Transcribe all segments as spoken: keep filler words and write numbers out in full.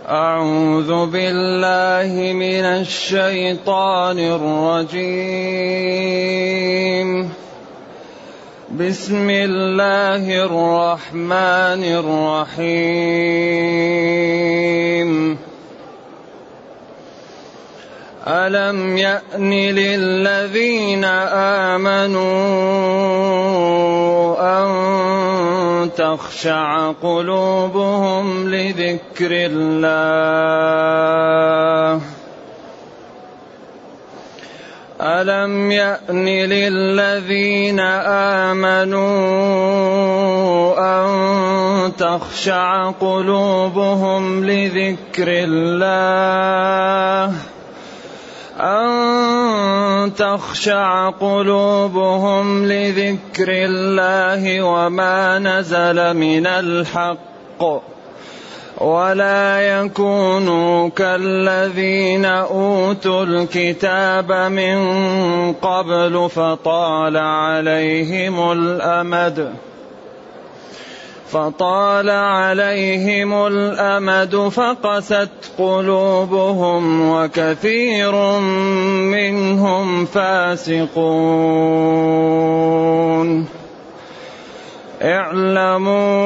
أعوذ بالله من الشيطان الرجيم. بسم الله الرحمن الرحيم. ألم يأن للذين آمنوا أن تخشع قلوبهم لذكر الله ألم يأن للذين آمنوا أن تخشع قلوبهم لذكر الله أن تخشع قلوبهم لذكر الله وما نزل من الحق ولا يكونوا كالذين أوتوا الكتاب من قبل فطال عليهم الأمد فطال عليهم الأمد فقست قلوبهم وكثير منهم فاسقون. اعلموا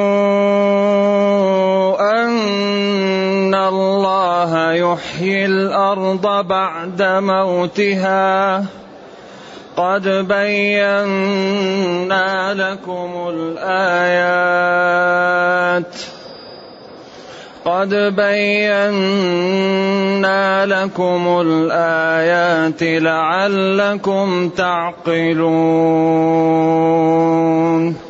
أن الله يحيي الأرض بعد موتها قد بينا لكم الآيات قد بينا لكم الآيات لعلكم تعقلون.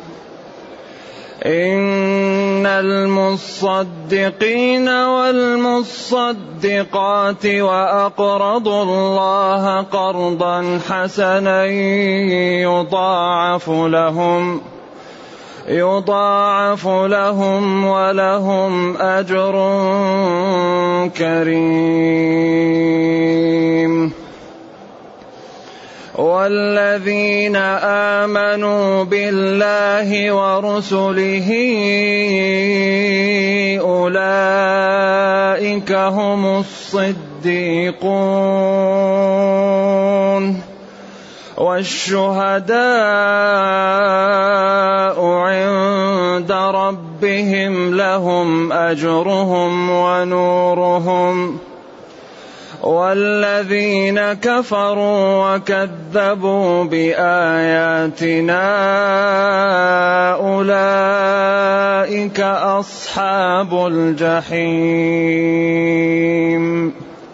إن المصدقين والمصدقات وأقرضوا الله قرضا حسنا يضاعف لهم يضاعف لهم ولهم أجر كريم. والذين آمنوا بالله ورسله أولئك هم الصديقون والشهداء عند ربهم لهم أجرهم ونورهم. والذين كفروا وكذبوا بآياتنا أولئك أصحاب الجحيم.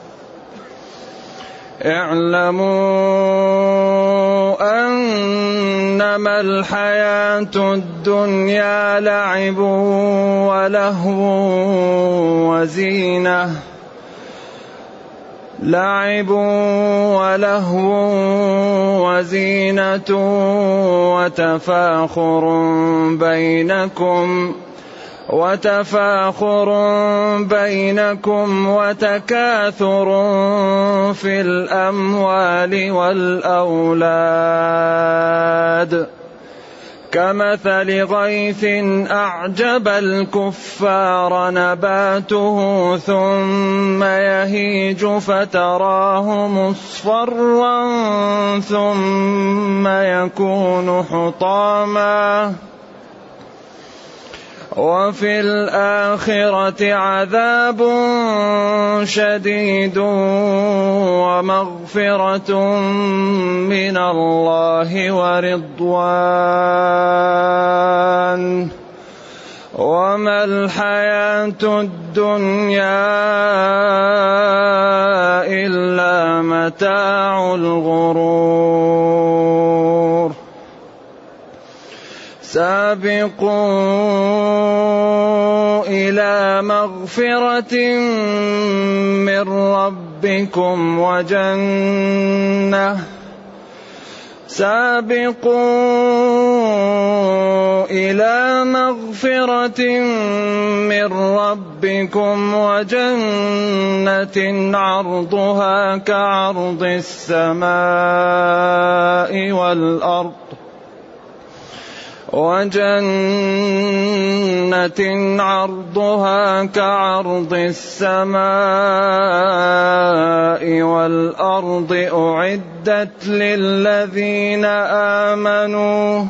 اعلموا أنما الحياة الدنيا لعب ولهو وزينة لعب ولهو وزينة وتفاخر بينكم وتفاخر بينكم وتكاثر في الأموال والأولاد كمثل غيث أعجب الكفار نباته ثم يهيج فتراه مصفرا ثم يكون حطاما وفي الآخرة عذاب شديد ومغفرة من الله ورضوان وما الحياة الدنيا إلا متاع الغرور. سابقوا إلى مغفرة من ربكم وجنة سابقوا إلى مغفرة من ربكم وجنة عرضها كعرض السماء والأرض وجنة عرضها كعرض السماء والأرض أعدت للذين آمنوا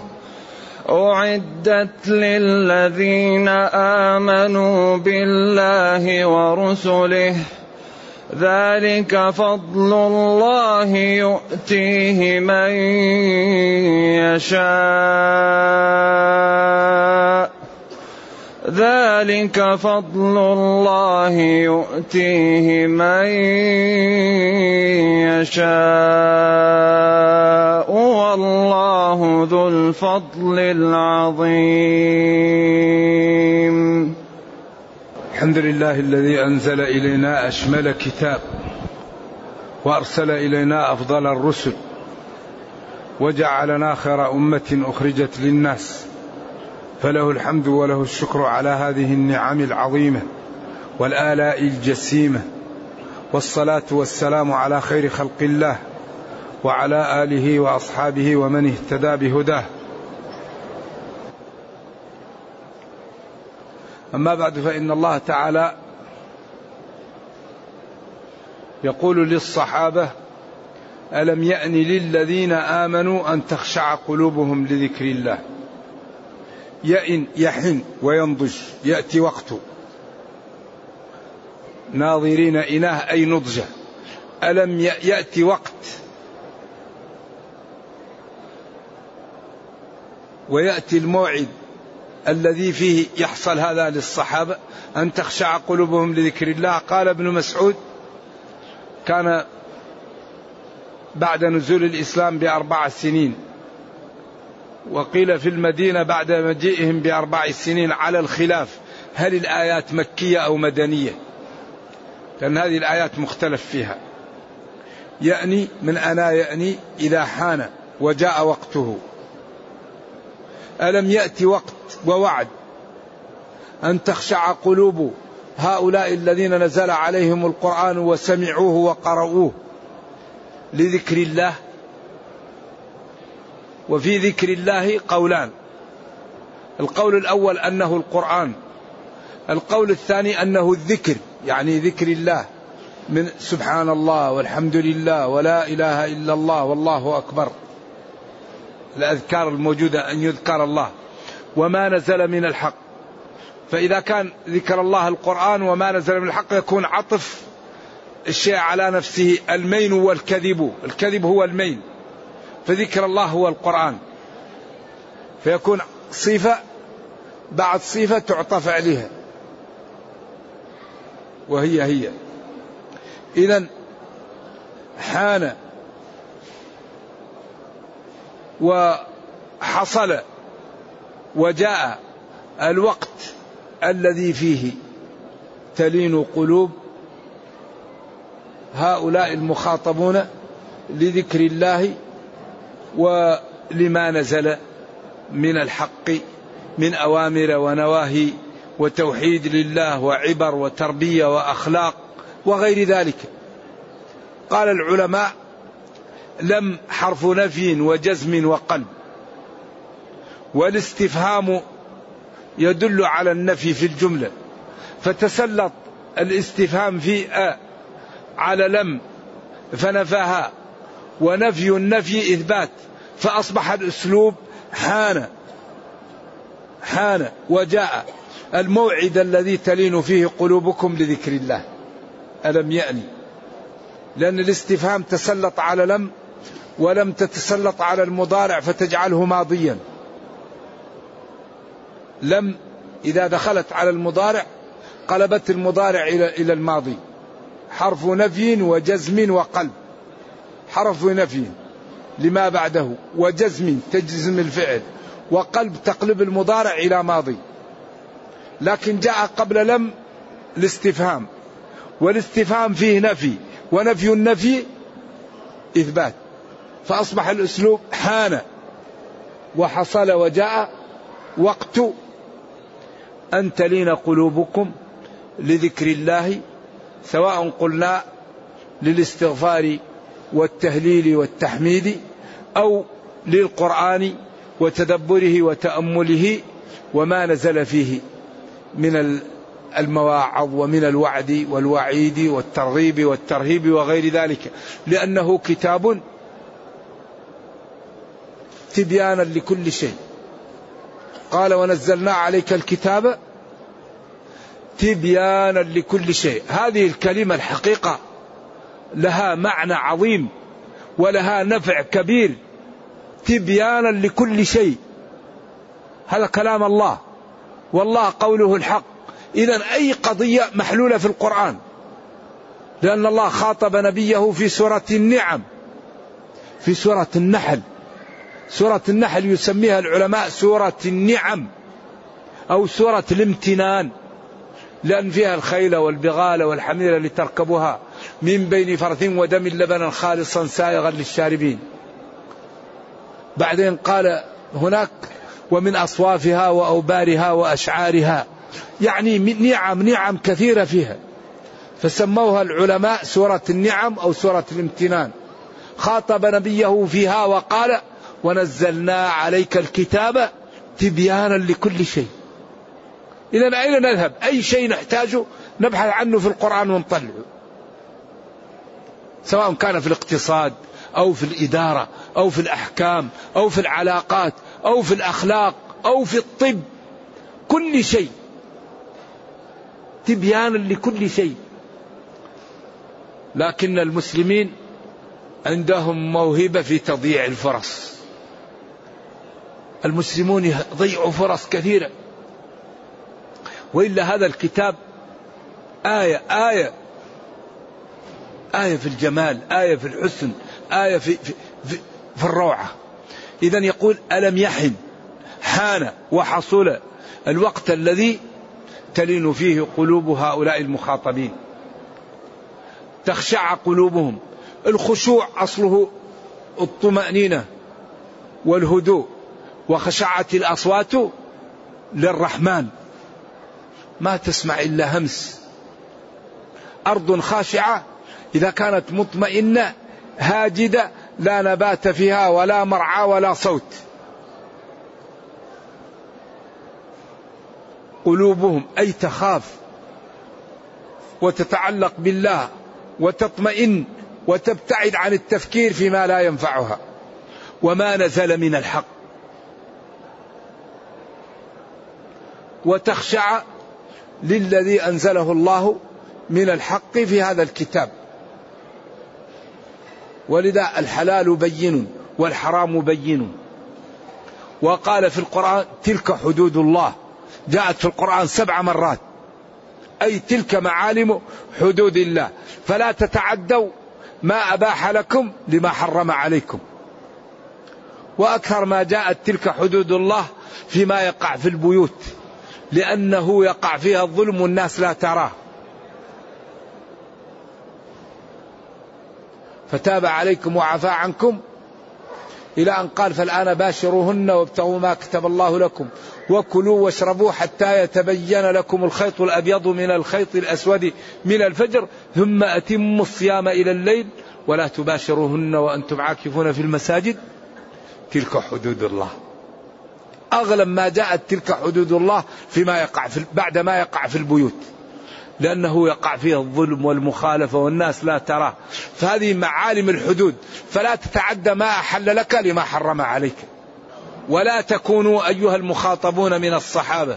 أعدت للذين آمنوا بالله ورسله ذلك فضل الله يؤتيه من يشاء ذلك فضل الله يؤتيه من يشاء والله ذو الفضل العظيم. الحمد لله الذي أنزل إلينا أشمل كتاب وأرسل إلينا أفضل الرسل وجعلنا خير أمة أخرجت للناس، فله الحمد وله الشكر على هذه النعم العظيمة والآلاء الجسيمة، والصلاة والسلام على خير خلق الله وعلى آله وأصحابه ومن اهتدى بهداه. أما بعد، فإن الله تعالى يقول للصحابة: ألم يأن للذين آمنوا أن تخشع قلوبهم لذكر الله. يئن يحن وينضج، يأتي وقته، ناظرين إناه أي نضجه. ألم يأتي وقت ويأتي الموعد الذي فيه يحصل هذا للصحابة، أن تخشع قلوبهم لذكر الله. قال ابن مسعود: كان بعد نزول الإسلام بأربع سنين، وقيل في المدينة بعد مجيئهم بأربع سنين، على الخلاف هل الآيات مكية أو مدنية، لأن هذه الآيات مختلف فيها. يعني من أنا يعني إذا حان وجاء وقته. ألم يأتي وقت ووعد أن تخشع قلوب هؤلاء الذين نزل عليهم القرآن وسمعوه وقرؤوه لذكر الله. وفي ذكر الله قولان: القول الأول أنه القرآن، القول الثاني أنه الذكر، يعني ذكر الله من سبحان الله والحمد لله ولا إله إلا الله والله أكبر، الأذكار الموجودة أن يذكر الله وما نزل من الحق. فإذا كان ذكر الله القرآن وما نزل من الحق يكون عطف الشيء على نفسه. المين والكذب، الكذب هو المين، فذكر الله هو القرآن، فيكون صفة بعد صفة تعطف عليها وهي هي. إذن حان وحصل وجاء الوقت الذي فيه تلين قلوب هؤلاء المخاطبون لذكر الله ولما نزل من الحق من أوامر ونواهي وتوحيد لله وعبر وتربية وأخلاق وغير ذلك. قال العلماء: لم حرف نفي وجزم وقلب، والاستفهام يدل على النفي في الجملة، فتسلط الاستفهام في أ على لم فنفاها، ونفي النفي إثبات، فأصبح الأسلوب حان حان وجاء الموعد الذي تلين فيه قلوبكم لذكر الله. ألم يأني، لأن الاستفهام تسلط على لم ولم تتسلط على المضارع فتجعله ماضيا. لم إذا دخلت على المضارع قلبت المضارع إلى الماضي. حرف نفي وجزم وقلب، حرف نفي لما بعده، وجزم تجزم الفعل، وقلب تقلب المضارع إلى ماضي. لكن جاء قبل لم الاستفهام، والاستفهام فيه نفي، ونفي النفي إثبات، فأصبح الأسلوب حان وحصل وجاء وقت أن تلين قلوبكم لذكر الله، سواء قلنا للاستغفار والتهليل والتحميد، أو للقرآن وتدبره وتأمله وما نزل فيه من المواعظ ومن الوعد والوعيد والترغيب والترهيب وغير ذلك، لأنه كتاب تبيانا لكل شيء. قال ونزلنا عليك الكتاب تبيانا لكل شيء. هذه الكلمة الحقيقة لها معنى عظيم ولها نفع كبير، تبيانا لكل شيء. هذا كلام الله، والله قوله الحق. إذن أي قضية محلولة في القرآن، لأن الله خاطب نبيه في سورة النعم، في سورة النحل. سورة النحل يسميها العلماء سورة النعم أو سورة الامتنان، لأن فيها الخيل والبغال والحمير لتركبوها من بين فرث ودم لبنا خالصا سائغا للشاربين. بعدين قال هناك ومن أصوافها وأوبارها وأشعارها، يعني نعم نعم كثيرة فيها، فسموها العلماء سورة النعم أو سورة الامتنان. خاطب نبيه فيها وقال ونزلنا عليك الكتاب تبيانا لكل شيء. إذن أين نذهب؟ أي شيء نحتاجه نبحث عنه في القرآن ونطلعه، سواء كان في الاقتصاد أو في الإدارة أو في الأحكام أو في العلاقات أو في الأخلاق أو في الطب، كل شيء تبيانا لكل شيء. لكن المسلمين عندهم موهبة في تضييع الفرص. المسلمون يضيعوا فرص كثيرة، وإلا هذا الكتاب آية آية آية في الجمال، آية في الحسن، آية في, في, في, في الروعة. إذن يقول ألم يحن، حان وحصل الوقت الذي تلين فيه قلوب هؤلاء المخاطبين، تخشع قلوبهم. الخشوع أصله الطمأنينة والهدوء، وخشعت الأصوات للرحمن، ما تسمع إلا همس. أرض خاشعة إذا كانت مطمئنة هاجدة لا نبات فيها ولا مرعى ولا صوت. قلوبهم أي تخاف وتتعلق بالله وتطمئن وتبتعد عن التفكير فيما لا ينفعها. وما نزل من الحق، وتخشع للذي أنزله الله من الحق في هذا الكتاب. ولذا الحلال بين والحرام بين. وقال في القرآن تلك حدود الله، جاءت في القرآن سبع مرات، أي تلك معالم حدود الله، فلا تتعدوا ما أباح لكم لما حرم عليكم. وأكثر ما جاءت تلك حدود الله فيما يقع في البيوت، لأنه يقع فيها الظلم والناس لا تراه. فتاب عليكم وعفى عنكم إلى أن قال فالآن باشروهن وابتغوا ما كتب الله لكم وكلوا واشربوا حتى يتبين لكم الخيط الأبيض من الخيط الأسود من الفجر ثم أتموا الصيام إلى الليل ولا تباشروهن وأنتم عاكفون في المساجد تلك حدود الله. أغلب ما جاءت تلك حدود الله فيما يقع في بعد ما يقع في البيوت، لأنه يقع فيها الظلم والمخالفة والناس لا تراه. فهذه معالم الحدود، فلا تتعدى ما أحل لك لما حرم عليك. ولا تكونوا أيها المخاطبون من الصحابة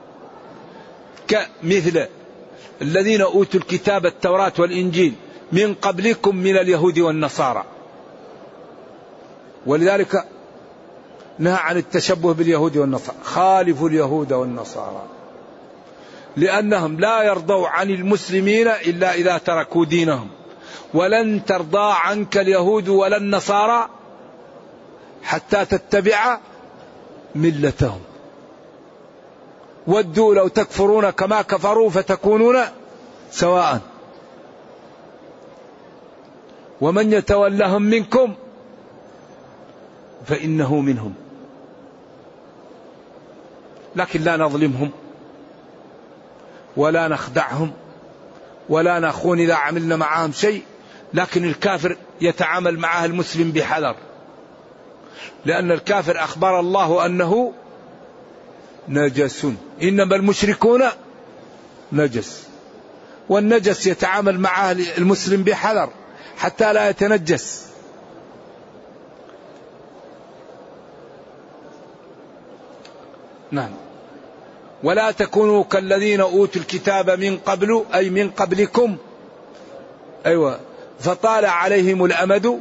كمثل الذين أوتوا الكتاب التوراة والإنجيل من قبلكم من اليهود والنصارى. ولذلك نهى عن التشبه باليهود والنصارى، خالفوا اليهود والنصارى، لأنهم لا يرضوا عن المسلمين إلا إذا تركوا دينهم. ولن ترضى عنك اليهود ولا النصارى حتى تتبع ملتهم. ودوا لو تكفرون كما كفروا فتكونون سواء ومن يتولهم منكم فإنه منهم. لكن لا نظلمهم ولا نخدعهم ولا نخون إذا عملنا معهم شيء، لكن الكافر يتعامل معه المسلم بحذر. لأن الكافر أخبر الله أنه نجس، إنما المشركون نجس، والنجس يتعامل معه المسلم بحذر حتى لا يتنجس. نعم. ولا تكونوا كالذين أوتوا الكتاب من قبل، أي من قبلكم، أيوة، فطال عليهم الأمد،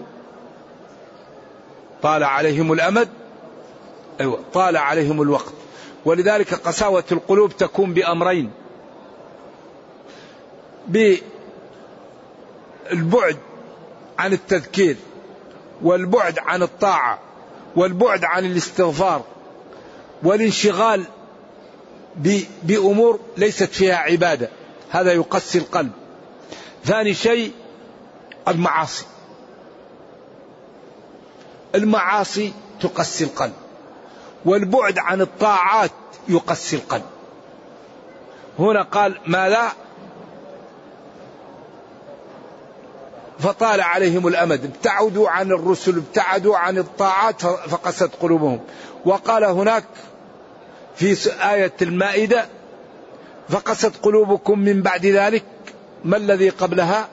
طال عليهم الأمد، أيوة، طال عليهم الوقت. ولذلك قساوة القلوب تكون بأمرين: بالبعد عن التذكير، والبعد عن الطاعة، والبعد عن الاستغفار، والانشغال بأمور ليست فيها عبادة، هذا يقسي القلب. ثاني شيء المعاصي، المعاصي تقسي القلب، والبعد عن الطاعات يقسي القلب. هنا قال ما لا فطال عليهم الأمد، ابتعدوا عن الرسل، ابتعدوا عن الطاعات فقست قلوبهم. وقال هناك في آية المائدة فقست قلوبكم من بعد ذلك، ما الذي قبلها؟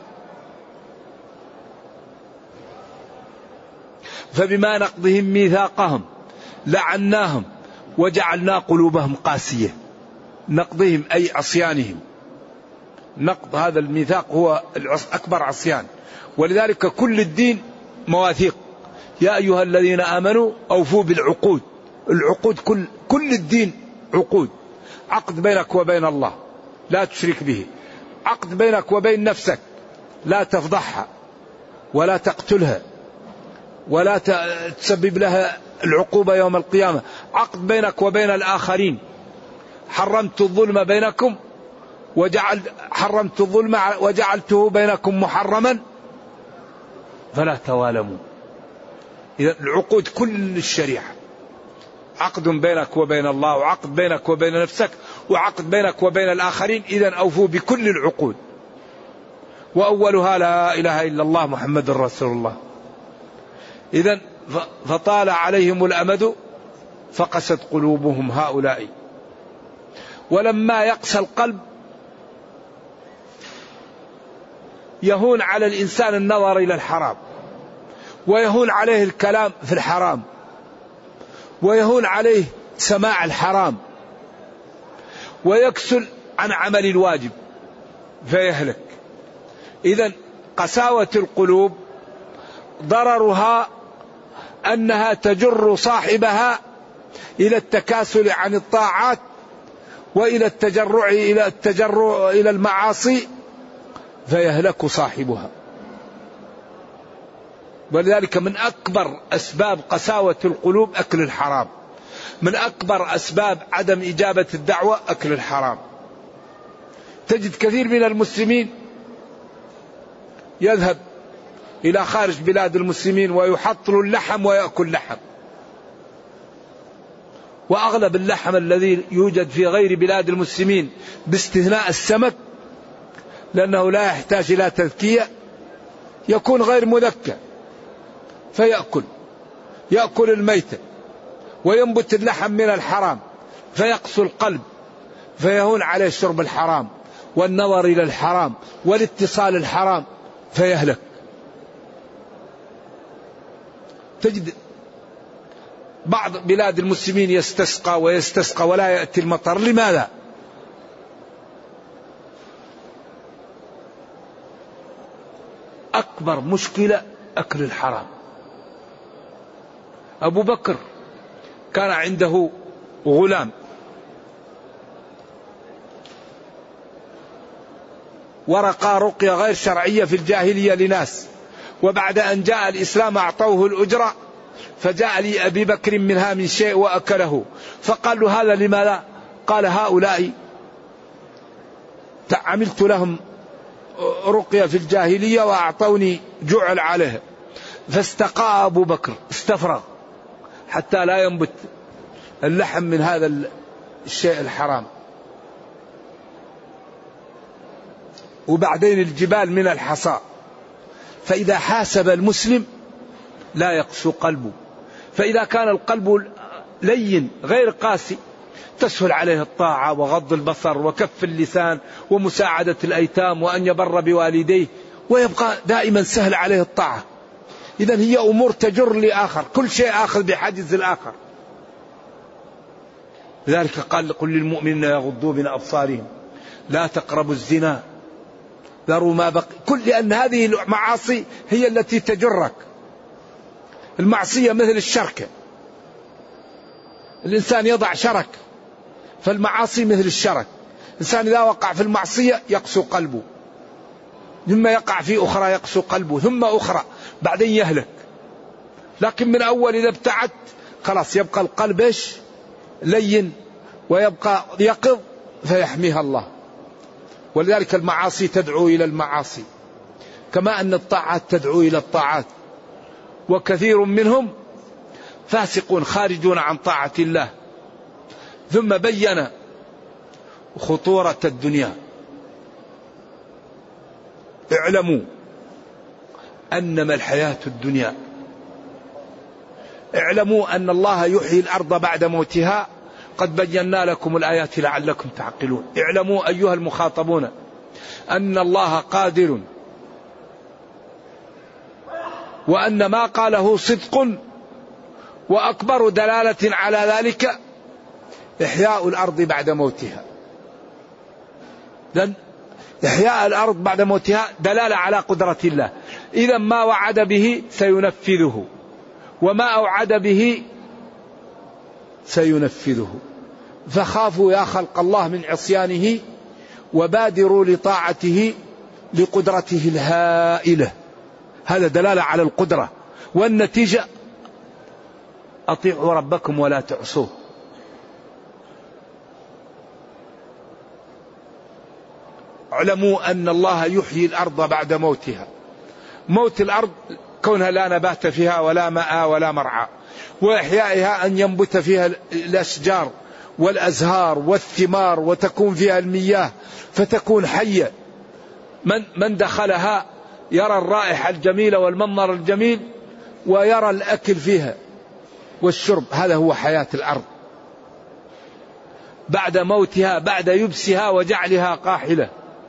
فبما نقضهم ميثاقهم لعناهم وجعلنا قلوبهم قاسية. نقضهم أي عصيانهم، نقض هذا الميثاق هو أكبر عصيان. ولذلك كل الدين مواثيق، يا أيها الذين آمنوا أوفوا بالعقود. العقود كل, كل الدين عقود، عقد بينك وبين الله لا تشرك به، عقد بينك وبين نفسك لا تفضحها ولا تقتلها ولا تسبب لها العقوبة يوم القيامة، عقد بينك وبين الآخرين، حرمت الظلم بينكم وجعل حرمت الظلم وجعلته بينكم محرما فلا توالموا. إذا العقود كل الشريعة عقد بينك وبين الله، وعقد بينك وبين نفسك، وعقد بينك وبين الآخرين. إذا أوفوا بكل العقود، وأولها لا إله إلا الله محمد رسول الله. إذا فطال عليهم الأمد فقست قلوبهم هؤلاء. ولما يقسى القلب يهون على الإنسان النظر إلى الحرام، ويهون عليه الكلام في الحرام، ويهون عليه سماع الحرام، ويكسل عن عمل الواجب فيهلك. إذن قساوة القلوب ضررها أنها تجر صاحبها إلى التكاسل عن الطاعات، وإلى التجرع إلى التجرع إلى المعاصي فيهلك صاحبها. ولذلك من أكبر أسباب قساوة القلوب أكل الحرام، من أكبر أسباب عدم إجابة الدعوة أكل الحرام. تجد كثير من المسلمين يذهب إلى خارج بلاد المسلمين ويحطل اللحم ويأكل لحم، وأغلب اللحم الذي يوجد في غير بلاد المسلمين باستثناء السمك، لأنه لا يحتاج إلى تذكية، يكون غير مذكى، فيأكل يأكل الميتة وينبت اللحم من الحرام، فيقسو القلب، فيهون عليه شرب الحرام والنظر إلى الحرام والاتصال الحرام فيهلك. تجد بعض بلاد المسلمين يستسقى ويستسقى ولا يأتي المطر، لماذا؟ أكبر مشكلة أكل الحرام. أبو بكر كان عنده غلام ورقى رقية غير شرعية في الجاهلية لناس، وبعد أن جاء الإسلام أعطوه الأجرة، فجاء لي أبي بكر منها من شيء وأكله، فقال له هذا لماذا؟ قال هؤلاء عملت لهم رقية في الجاهلية وأعطوني جعل عليها. فاستقى أبو بكر، استفرغ حتى لا ينبت اللحم من هذا الشيء الحرام. وبعدين الجبال من الحصى. فإذا حاسب المسلم لا يقسو قلبه، فإذا كان القلب لين غير قاسي تسهل عليه الطاعة وغض البصر وكف اللسان ومساعدة الأيتام وأن يبر بوالديه، ويبقى دائما سهل عليه الطاعة. إذن هي أمور تجر لآخر، كل شيء آخذ بحاجز الآخر. لذلك قال قل للمؤمنين يغضوا من أبصارهم لا تقربوا الزنا ذروا ما بقي، كل لأن هذه المعاصي هي التي تجرك. المعصية مثل الشركة، الإنسان يضع شرك، فالمعاصي مثل الشرك. الإنسان إذا وقع في المعصية يقسو قلبه، ثم يقع في أخرى يقسو قلبه، ثم أخرى، بعدين يهلك. لكن من أول إذا ابتعدت خلاص يبقى القلب إيش؟ لين، ويبقى يقظ فيحميها الله. ولذلك المعاصي تدعو إلى المعاصي كما أن الطاعات تدعو إلى الطاعات، وكثير منهم فاسقون خارجون عن طاعة الله. ثم بين خطورة الدنيا. اعلموا أنما الحياة الدنيا، اعلموا أن الله يحيي الأرض بعد موتها قد بينا لكم الآيات لعلكم تعقلون. اعلموا أيها المخاطبون أن الله قادر، وأن ما قاله صدق، وأكبر دلالة على ذلك إحياء الأرض بعد موتها. لأن إحياء الأرض بعد موتها دلالة على قدرة الله. إذا ما وعد به سينفذه، وما أوعد به سينفذه. فخافوا يا خلق الله من عصيانه، وبادروا لطاعته لقدرته الهائلة. هذا دلالة على القدرة، والنتيجة أطيعوا ربكم ولا تعصوه. اعلموا أن الله يحيي الأرض بعد موتها. موت الأرض كونها لا نبات فيها ولا ماء ولا مرعى، وإحيائها أن ينبت فيها الأشجار والأزهار والثمار، وتكون فيها المياه فتكون حية. من, من دخلها يرى الرائحة الجميلة والمنظر الجميل، ويرى الأكل فيها والشرب. هذا هو حياة الأرض بعد موتها، بعد يبسها وجعلها قاحلة.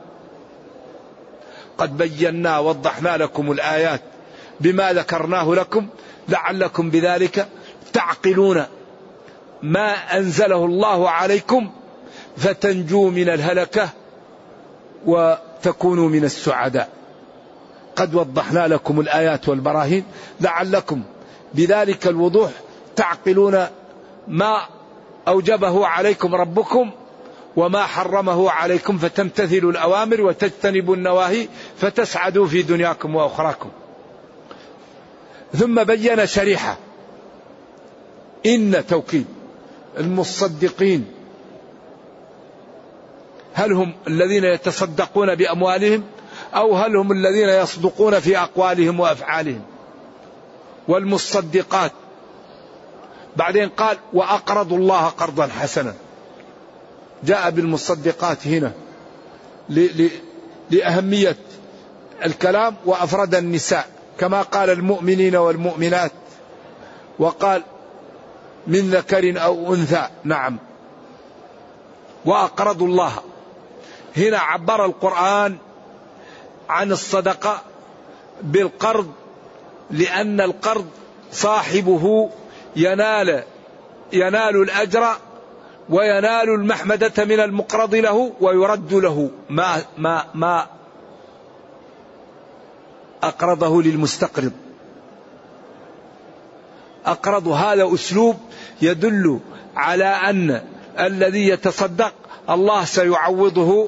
قد بينا وضحنا لكم الآيات بما ذكرناه لكم لعلكم بذلك تعقلون ما أنزله الله عليكم فتنجوا من الهلكة وتكونوا من السعداء. قد وضحنا لكم الآيات والبراهين لعلكم بذلك الوضوح تعقلون ما أوجبه عليكم ربكم وما حرمه عليكم، فتمتثلوا الأوامر وتجتنبوا النواهي فتسعدوا في دنياكم وأخراكم. ثم بين شريحة إن توكيد المصدقين، هل هم الذين يتصدقون بأموالهم أو هل هم الذين يصدقون في أقوالهم وأفعالهم؟ والمصدقات. بعدين قال وأقرضوا الله قرضا حسنا، جاء بالمصدقات هنا لأهمية الكلام، وأفرد النساء كما قال المؤمنين والمؤمنات، وقال من ذكر أو أنثى. نعم، وأقرضوا الله. هنا عبر القرآن عن الصدقة بالقرض، لأن القرض صاحبه ينال ينال الأجر وينال المحمدة من المقرض له، ويرد له ما ما ما أقرضه للمستقرض. أقرض هذا أسلوب يدل على أن الذي يتصدق الله سيعوضه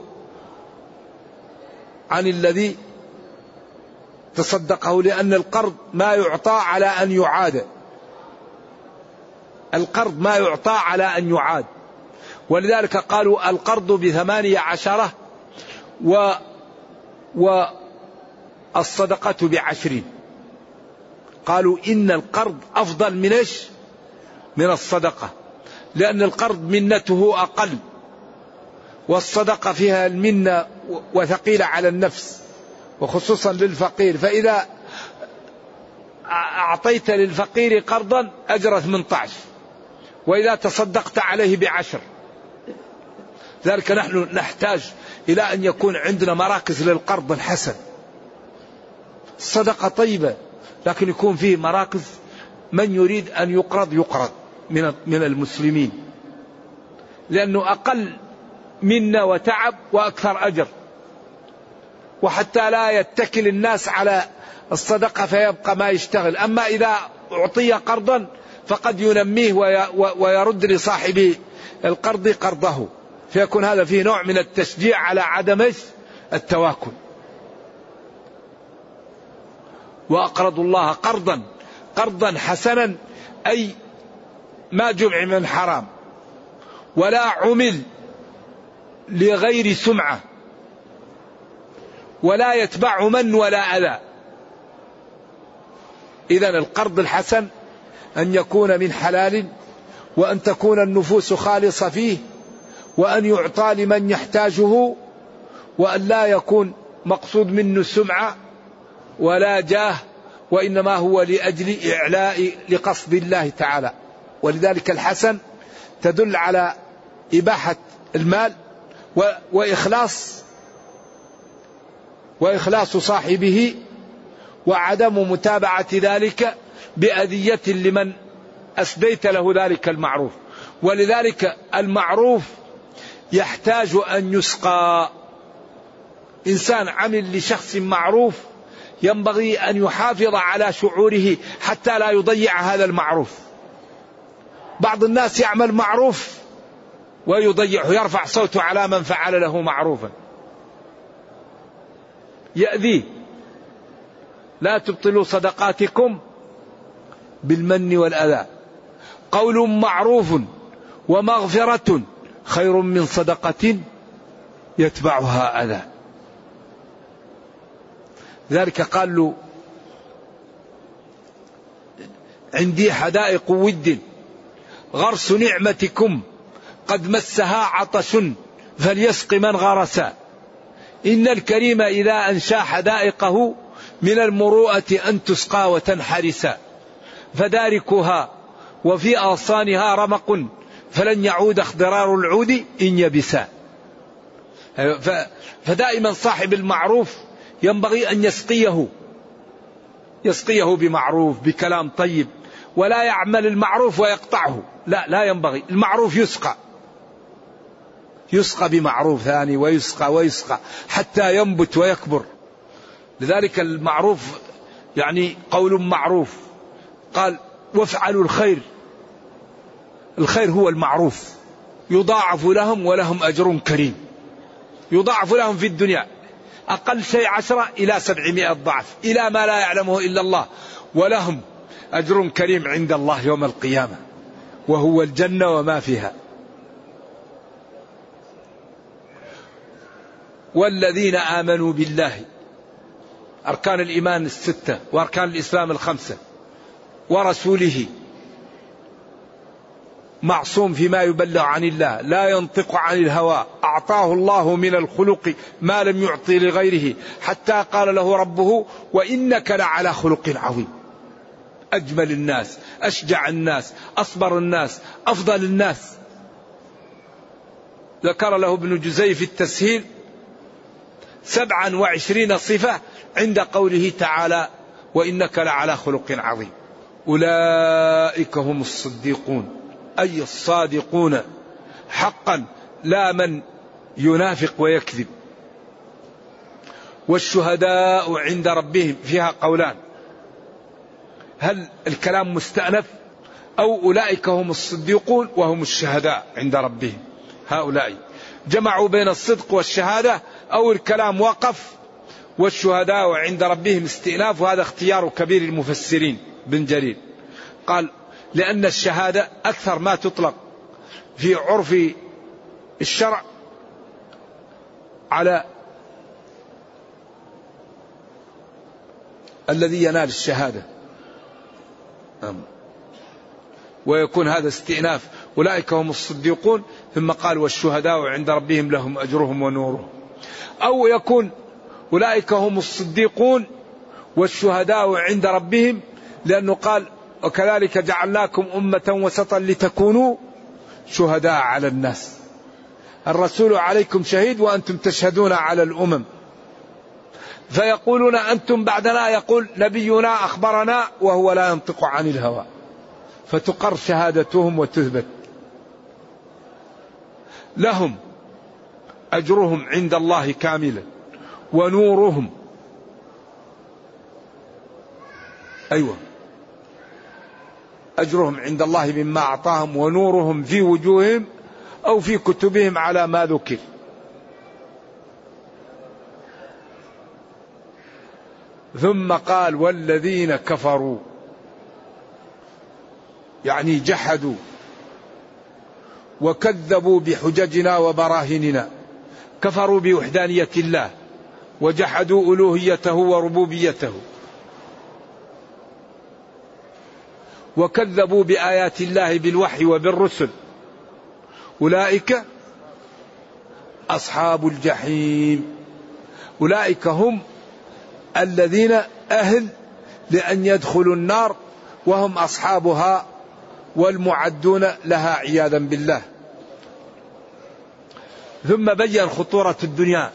عن الذي تصدقه، لأن القرض ما يعطى على أن يعاد. القرض ما يعطى على أن يعاد، ولذلك قالوا القرض بثمانية عشرة و والصدقة بعشرين. قالوا إن القرض أفضل من إيش؟ من الصدقة، لأن القرض منته أقل، والصدقة فيها المنة وثقيلة على النفس وخصوصا للفقير. فإذا أعطيت للفقير قرضا أجر ثمانية عشر، وإذا تصدقت عليه بعشر. ذلك نحن نحتاج إلى أن يكون عندنا مراكز للقرض الحسن. الصدقة طيبة، لكن يكون فيه مراكز من يريد أن يقرض يقرض من من المسلمين، لأنه أقل منا وتعب وأكثر أجر، وحتى لا يتكل الناس على الصدقة فيبقى ما يشتغل. أما إذا أعطي قرضا فقد ينميه ويرد لصاحب القرض قرضه، فيكون هذا فيه نوع من التشجيع على عدم التواكل. وأقرضوا الله قرضا قرضا حسنا، أي ما جمع من حرام ولا عمل لغير سمعة ولا يتبع من ولا أذى. إذن القرض الحسن أن يكون من حلال، وأن تكون النفوس خالصة فيه، وأن يعطى لمن يحتاجه، وأن لا يكون مقصود منه سمعة ولا جاه، وإنما هو لأجل إعلاء لقصد الله تعالى. ولذلك الحسن تدل على إباحة المال وإخلاص وإخلاص صاحبه، وعدم متابعة ذلك بأذية لمن أسديت له ذلك المعروف. ولذلك المعروف يحتاج أن يسقى. إنسان عمل لشخص معروف ينبغي أن يحافظ على شعوره حتى لا يضيع هذا المعروف. بعض الناس يعمل معروف ويضيعه، يرفع صوته على من فعل له معروفا، يأذيه. لا تبطلوا صدقاتكم بالمن والأذى، قول معروف ومغفرة خير من صدقة يتبعها أذى. ذلك قال له: عندي حدائق ود غرس نعمتكم قد مسها عطش فليسق من غرسا، إن الكريم إذا أنشا حدائقه من المروءة أن تسقى وتنحرسا، فداركها وفي أغصانها رمق فلن يعود اخضرار العود إن يبسا. فدائما صاحب المعروف ينبغي أن يسقيه يسقيه بمعروف بكلام طيب، ولا يعمل المعروف ويقطعه، لا لا ينبغي. المعروف يسقى يسقى بمعروف ثاني، ويسقى ويسقى حتى ينبت ويكبر. لذلك المعروف يعني قول معروف. قال: وافعلوا الخير. الخير هو المعروف، يضاعف لهم ولهم أجر كريم. يضاعف لهم في الدنيا أقل شيء عشرة إلى سبعمائة ضعف، إلى ما لا يعلمه إلا الله، ولهم أجر كريم عند الله يوم القيامة، وهو الجنة وما فيها. والذين آمنوا بالله، أركان الإيمان الستة وأركان الإسلام الخمسة، ورسوله، معصوم فيما يبلغ عن الله، لا ينطق عن الهوى، أعطاه الله من الخلق ما لم يعطي لغيره، حتى قال له ربه: وإنك لعلى خلق عظيم. أجمل الناس، أشجع الناس، أصبر الناس، أفضل الناس. ذكر له ابن جزي في التسهيل سبعا وعشرين صفة عند قوله تعالى: وإنك لعلى خلق عظيم. أولئك هم الصديقون، أي الصادقون حقا، لا من ينافق ويكذب. والشهداء عند ربهم، فيها قولان: هل الكلام مستأنف أو أولئك هم الصديقون وهم الشهداء عند ربهم؟ هؤلاء جمعوا بين الصدق والشهادة، أو الكلام وقف والشهداء عند ربهم استئناف. وهذا اختيار كبير المفسرين بن جرير، قال: لأن الشهادة أكثر ما تطلق في عرف الشرع على الذي ينال الشهادة، ويكون هذا استئناف. أولئك هم الصديقون، ثم قال: والشهداء عند ربهم لهم أجرهم ونورهم. أو يكون أولئك هم الصديقون والشهداء عند ربهم لأنه قال وكذلك جعلناكم أمة وسطا لتكونوا شهداء على الناس، الرسول عليكم شهيد وأنتم تشهدون على الأمم، فيقولون أنتم بعدنا، يقول نبينا أخبرنا وهو لا ينطق عن الهوى، فتقر شهادتهم وتثبت. لهم أجرهم عند الله كاملا ونورهم، أيوة أجرهم عند الله مما أعطاهم ونورهم في وجوههم أو في كتبهم على ما ذكر. ثم قال والذين كفروا، يعني جحدوا وكذبوا بحججنا وبراهيننا، كفروا بوحدانية الله وجحدوا ألوهيته وربوبيته وكذبوا بآيات الله بالوحي وبالرسل، أولئك أصحاب الجحيم، أولئك هم الذين أهل لأن يدخلوا النار وهم أصحابها والمعدون لها عياذا بالله. ثم بين خطورة الدنيا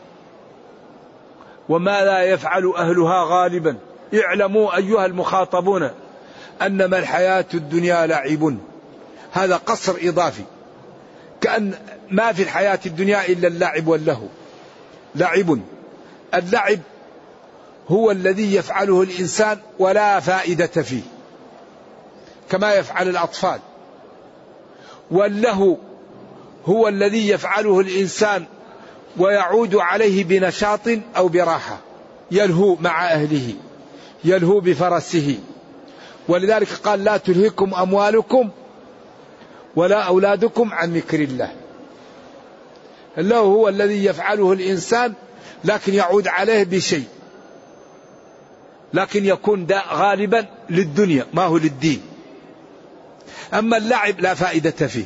وما لا يفعل أهلها غالبا. اعلموا أيها المخاطبون أنما الحياة الدنيا لعب، هذا قصر إضافي، كأن ما في الحياة الدنيا إلا اللعب واللهو. لعب، اللعب هو الذي يفعله الإنسان ولا فائدة فيه كما يفعل الأطفال، واللهو هو الذي يفعله الإنسان ويعود عليه بنشاط أو براحة، يلهو مع أهله، يلهو بفرسه. ولذلك قال لا تلهكم أموالكم ولا أولادكم عن ذكر الله. اللهو هو الذي يفعله الإنسان لكن يعود عليه بشيء، لكن يكون غالبا للدنيا ما هو للدين. أما اللعب لا فائدة فيه.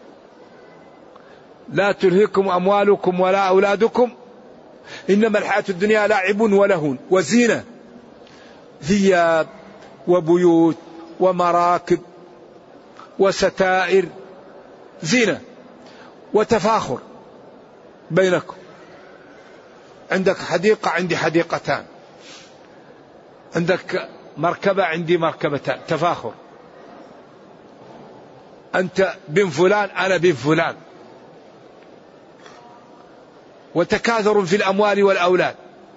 لا تلهكم أموالكم ولا أولادكم، إنما الحياة الدنيا لعب ولهو وزينة، ثياب وبيوت ومراكب وستائر، زينة وتفاخر بينكم، عندك حديقة عندي حديقتان، عندك مركبة عندي مركبتان، تفاخر، أنت بن فلان أنا بن فلان، وتكاثر في الأموال والأولاد.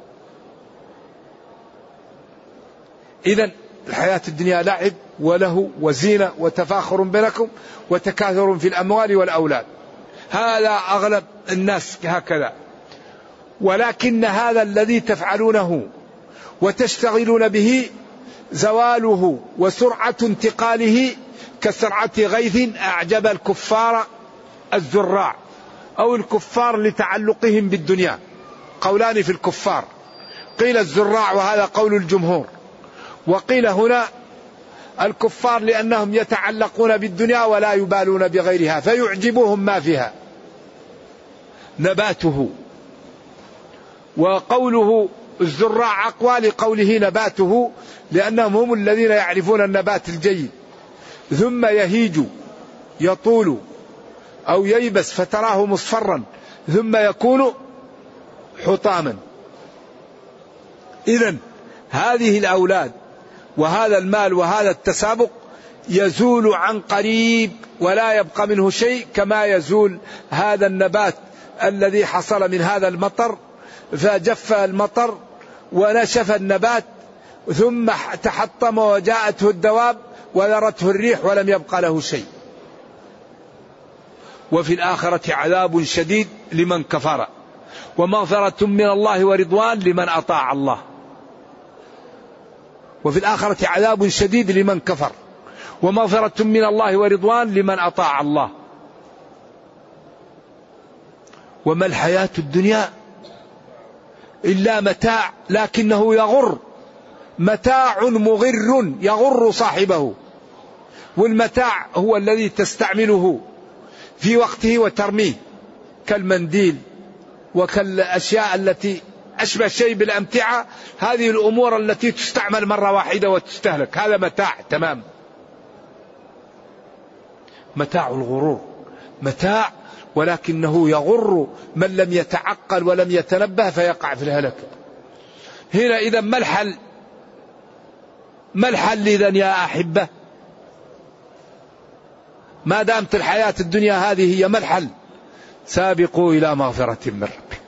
إذن الحياة الدنيا لعب وله وزينة وتفاخر بينكم وتكاثر في الأموال والأولاد، هذا أغلب الناس هكذا. ولكن هذا الذي تفعلونه وتشتغلون به زواله وسرعة انتقاله كسرعة غيث أعجب الكفار الزراع، أو الكفار لتعلقهم بالدنيا. قولان في الكفار، قيل الزراع وهذا قول الجمهور، وقيل هنا الكفار لأنهم يتعلقون بالدنيا ولا يبالون بغيرها فيعجبهم ما فيها نباته. وقوله الزراع أقوى لقوله نباته، لأنهم هم الذين يعرفون النبات الجيد. ثم يهيج يطول أو ييبس فتراه مصفرا ثم يكون حطاما. إذن هذه الأولاد وهذا المال وهذا التسابق يزول عن قريب ولا يبقى منه شيء، كما يزول هذا النبات الذي حصل من هذا المطر، فجف المطر ونشف النبات ثم تحطم وجاءته الدواب وذرته الريح ولم يبقى له شيء. وفي الآخرة عذاب شديد لمن كفر ومغفرة من الله ورضوان لمن أطاع الله. وفي الآخرة عذاب شديد لمن كفر ومغفرة من الله ورضوان لمن أطاع الله. وما الحياة الدنيا إلا متاع لكنه يغر، متاع مغر يغر صاحبه. والمتاع هو الذي تستعمله في وقته وترميه، كالمنديل وكالأشياء التي أشبه شيء بالأمتعة، هذه الأمور التي تستعمل مرة واحدة وتستهلك، هذا متاع تمام. متاع الغرور، متاع ولكنه يغر من لم يتعقل ولم يتنبه فيقع في الهلكة. هنا إذا ما الحل؟ ما الحل إذن يا أحبة؟ ما دامت الحياة الدنيا هذه هي، ما الحل؟ سابقوا إلى مغفرة من ربكم.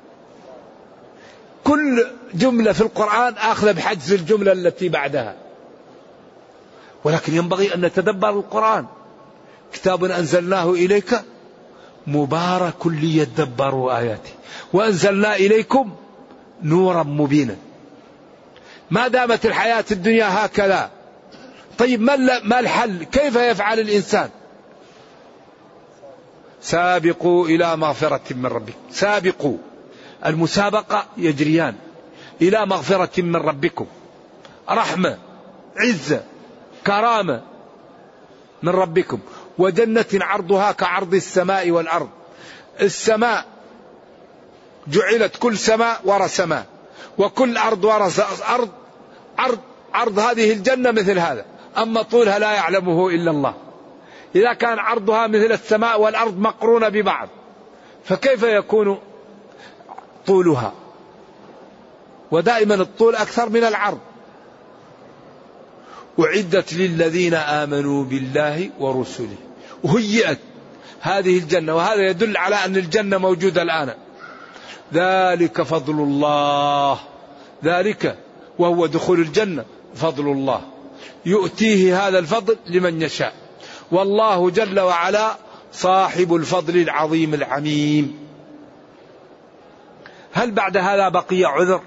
كل جملة في القرآن آخذ بحجز الجملة التي بعدها، ولكن ينبغي أن نتدبر القرآن. كتاب أنزلناه إليك مبارك ليدبروا آياته وأنزلنا إليكم نورا مبينا. ما دامت الحياة الدنيا هكذا، طيب ما الحل؟ كيف يفعل الإنسان؟ سابقوا إلى مغفرة من ربكم. سابقوا، المسابقة يجريان إلى مغفرة من ربكم، رحمة، عزة، كرامة من ربكم، وجنة عرضها كعرض السماء والأرض. السماء جعلت كل سماء ورا سماء، وكل أرض ورا أرض. عرض عرض هذه الجنة مثل هذا، أما طولها لا يعلمه إلا الله. إذا كان عرضها مثل السماء والأرض مقرونة ببعض، فكيف يكون طولها؟ ودائما الطول أكثر من العرض. أعدت للذين آمنوا بالله ورسله، وهيئت هذه الجنة، وهذا يدل على أن الجنة موجودة الآن. ذلك فضل الله، ذلك وهو دخول الجنة فضل الله، يؤتيه هذا الفضل لمن يشاء، والله جل وعلا صاحب الفضل العظيم العميم. هل بعد هذا بقي عذر؟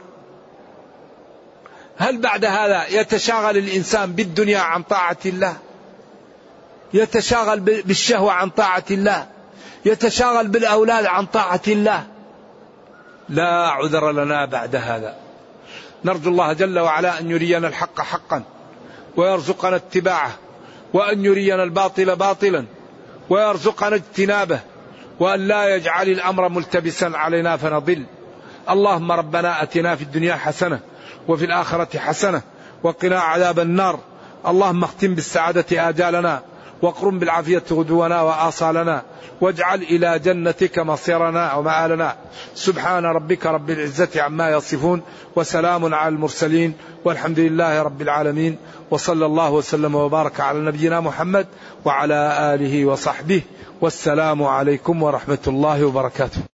هل بعد هذا يتشاغل الإنسان بالدنيا عن طاعة الله؟ يتشاغل بالشهوة عن طاعة الله؟ يتشاغل بالأولاد عن طاعة الله؟ لا عذر لنا بعد هذا. نرجو الله جل وعلا أن يرينا الحق حقا ويرزقنا اتباعه، وأن يرينا الباطل باطلا ويرزقنا اجتنابه، وأن لا يجعل الأمر ملتبسا علينا فنضل. اللهم ربنا أتنا في الدنيا حسنة وفي الآخرة حسنة وقنا عذاب النار. اللهم اختم بالسعادة آجالنا، واقرم بالعافية غدونا وآصالنا، واجعل إلى جنتك مصيرنا ومآلنا. سبحان ربك رب العزة عما يصفون، وسلام على المرسلين، والحمد لله رب العالمين، وصلى الله وسلم وبارك على نبينا محمد وعلى آله وصحبه، والسلام عليكم ورحمة الله وبركاته.